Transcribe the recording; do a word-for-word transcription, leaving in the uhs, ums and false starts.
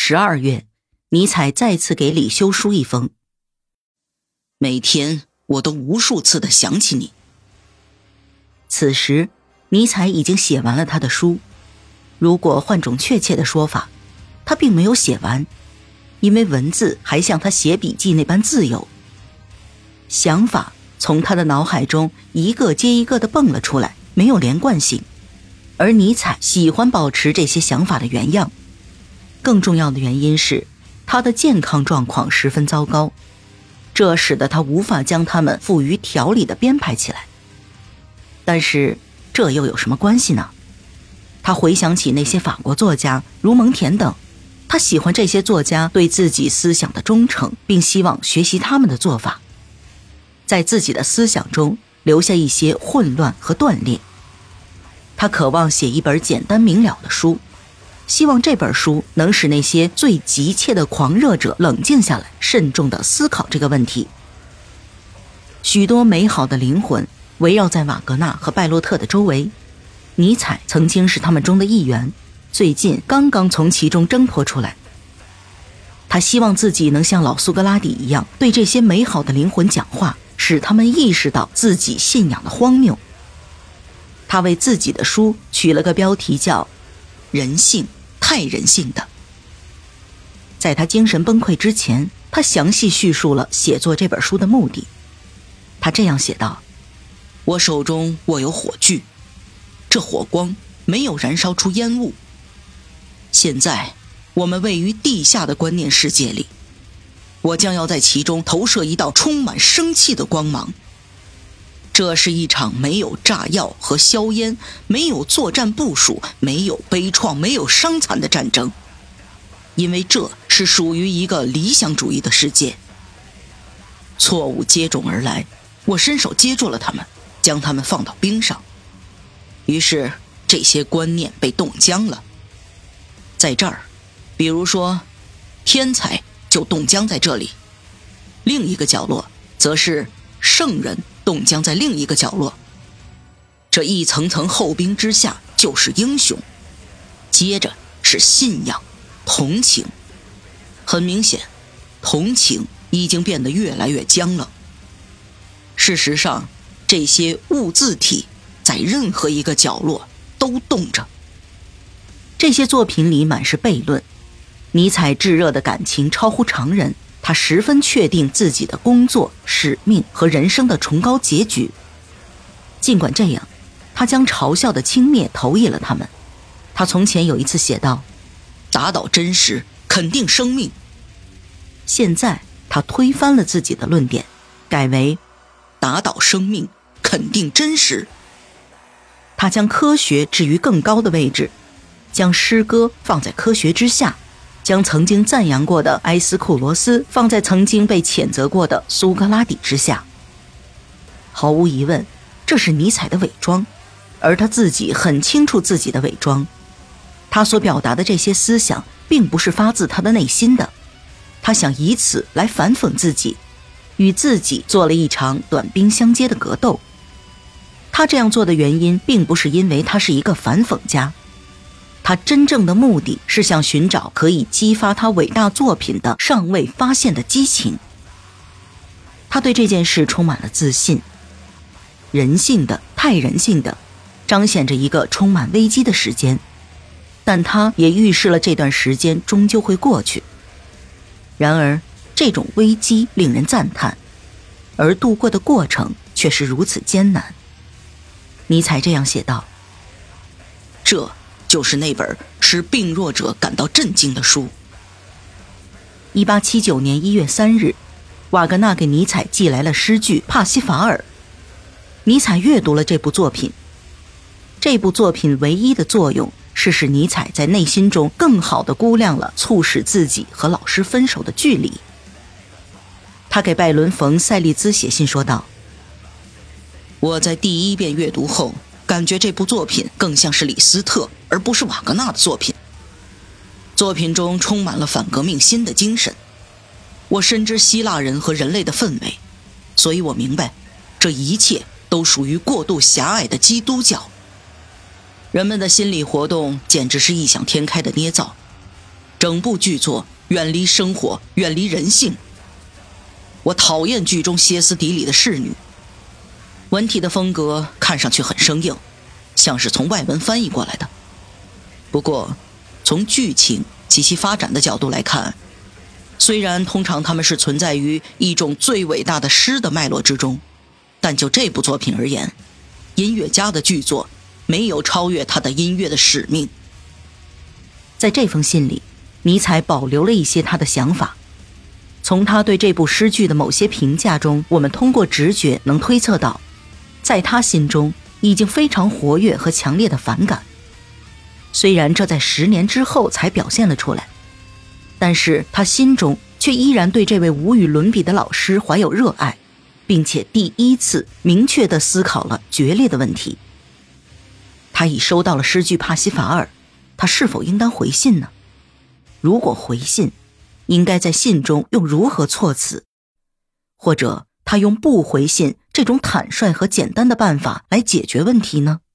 十二月，尼采再次给李修书一封。 每天我都无数次地想起你。 此时，尼采已经写完了他的书。如果换种确切的说法，他并没有写完，因为文字还像他写笔记那般自由。想法从他的脑海中一个接一个地蹦了出来，没有连贯性。而尼采喜欢保持这些想法的原样。更重要的原因是，他的健康状况十分糟糕，这使得他无法将它们付于条理地编排起来。但是这又有什么关系呢？他回想起那些法国作家如蒙田等，他喜欢这些作家对自己思想的忠诚，并希望学习他们的做法，在自己的思想中留下一些混乱和断裂。他渴望写一本简单明了的书，希望这本书能使那些最急切的狂热者冷静下来，慎重地思考这个问题。许多美好的灵魂围绕在瓦格纳和拜洛特的周围，尼采曾经是他们中的一员，最近刚刚从其中挣脱出来。他希望自己能像老苏格拉底一样，对这些美好的灵魂讲话，使他们意识到自己信仰的荒谬。他为自己的书取了个标题叫人性，太人性的。在他精神崩溃之前，他详细叙述了写作这本书的目的。他这样写道： 我手中握有火炬，这火光没有燃烧出烟雾。现在我们位于地下的观念世界里，我将要在其中投射一道充满生气的光芒。这是一场没有炸药和硝烟，没有作战部署，没有悲怆，没有伤残的战争，因为这是属于一个理想主义的世界。错误接踵而来，我伸手接住了它们，将它们放到冰上。于是这些观念被冻僵了。在这儿，比如说天才就冻僵在这里，另一个角落则是圣人冻僵在另一个角落。这一层层厚冰之下就是英雄，接着是信仰、同情。很明显，同情已经变得越来越僵了。事实上，这些物自体在任何一个角落都冻着。 这些作品里满是悖论，尼采炙热的感情超乎常人，他十分确定自己的工作、使命和人生的崇高结局。尽管这样，他将嘲笑的轻蔑投以了他们。他从前有一次写道： 打倒真实，肯定生命。 现在他推翻了自己的论点，改为打倒生命，肯定真实。 他将科学置于更高的位置，将诗歌放在科学之下，将曾经赞扬过的埃斯库罗斯放在曾经被谴责过的苏格拉底之下。毫无疑问，这是尼采的伪装，而他自己很清楚自己的伪装。他所表达的这些思想并不是发自他的内心的，他想以此来反讽自己，与自己做了一场短兵相接的格斗。他这样做的原因并不是因为他是一个反讽家，他真正的目的是想寻找可以激发他伟大作品的尚未发现的激情。他对这件事充满了自信。人性的，太人性的，彰显着一个充满危机的时间，但他也预示了这段时间终究会过去。然而这种危机令人赞叹，而度过的过程却是如此艰难。尼采这样写道： 这就是那本使病弱者感到震惊的书。 一八七九年一月三日，瓦格纳给尼采寄来了诗句《帕西法尔》。尼采阅读了这部作品，这部作品唯一的作用是使尼采在内心中更好地估量了促使自己和老师分手的距离。他给拜伦·冯·塞利兹写信说道： 我在第一遍阅读后，感觉这部作品更像是李斯特而不是瓦格纳的作品。作品中充满了反革命新的精神。我深知希腊人和人类的氛围，所以我明白这一切都属于过度狭隘的基督教。人们的心理活动简直是异想天开的捏造。 整部剧作远离生活，远离人性。我讨厌剧中歇斯底里的侍女。文体的风格看上去很生硬，像是从外文翻译过来的。不过从剧情及其发展的角度来看，虽然通常他们是存在于一种最伟大的诗的脉络之中，但就这部作品而言，音乐家的剧作没有超越他的音乐的使命。 在这封信里，尼采保留了一些他的想法。从他对这部诗句的某些评价中，我们通过直觉能推测到，在他心中已经非常活跃和强烈的反感。虽然这在十年之后才表现了出来，但是他心中却依然对这位无与伦比的老师怀有热爱，并且第一次明确地思考了决裂的问题。他已收到了诗句帕西法尔，他是否应当回信呢？如果回信，应该在信中用如何措辞？或者他用不回信这种坦率和简单的办法来解决问题呢？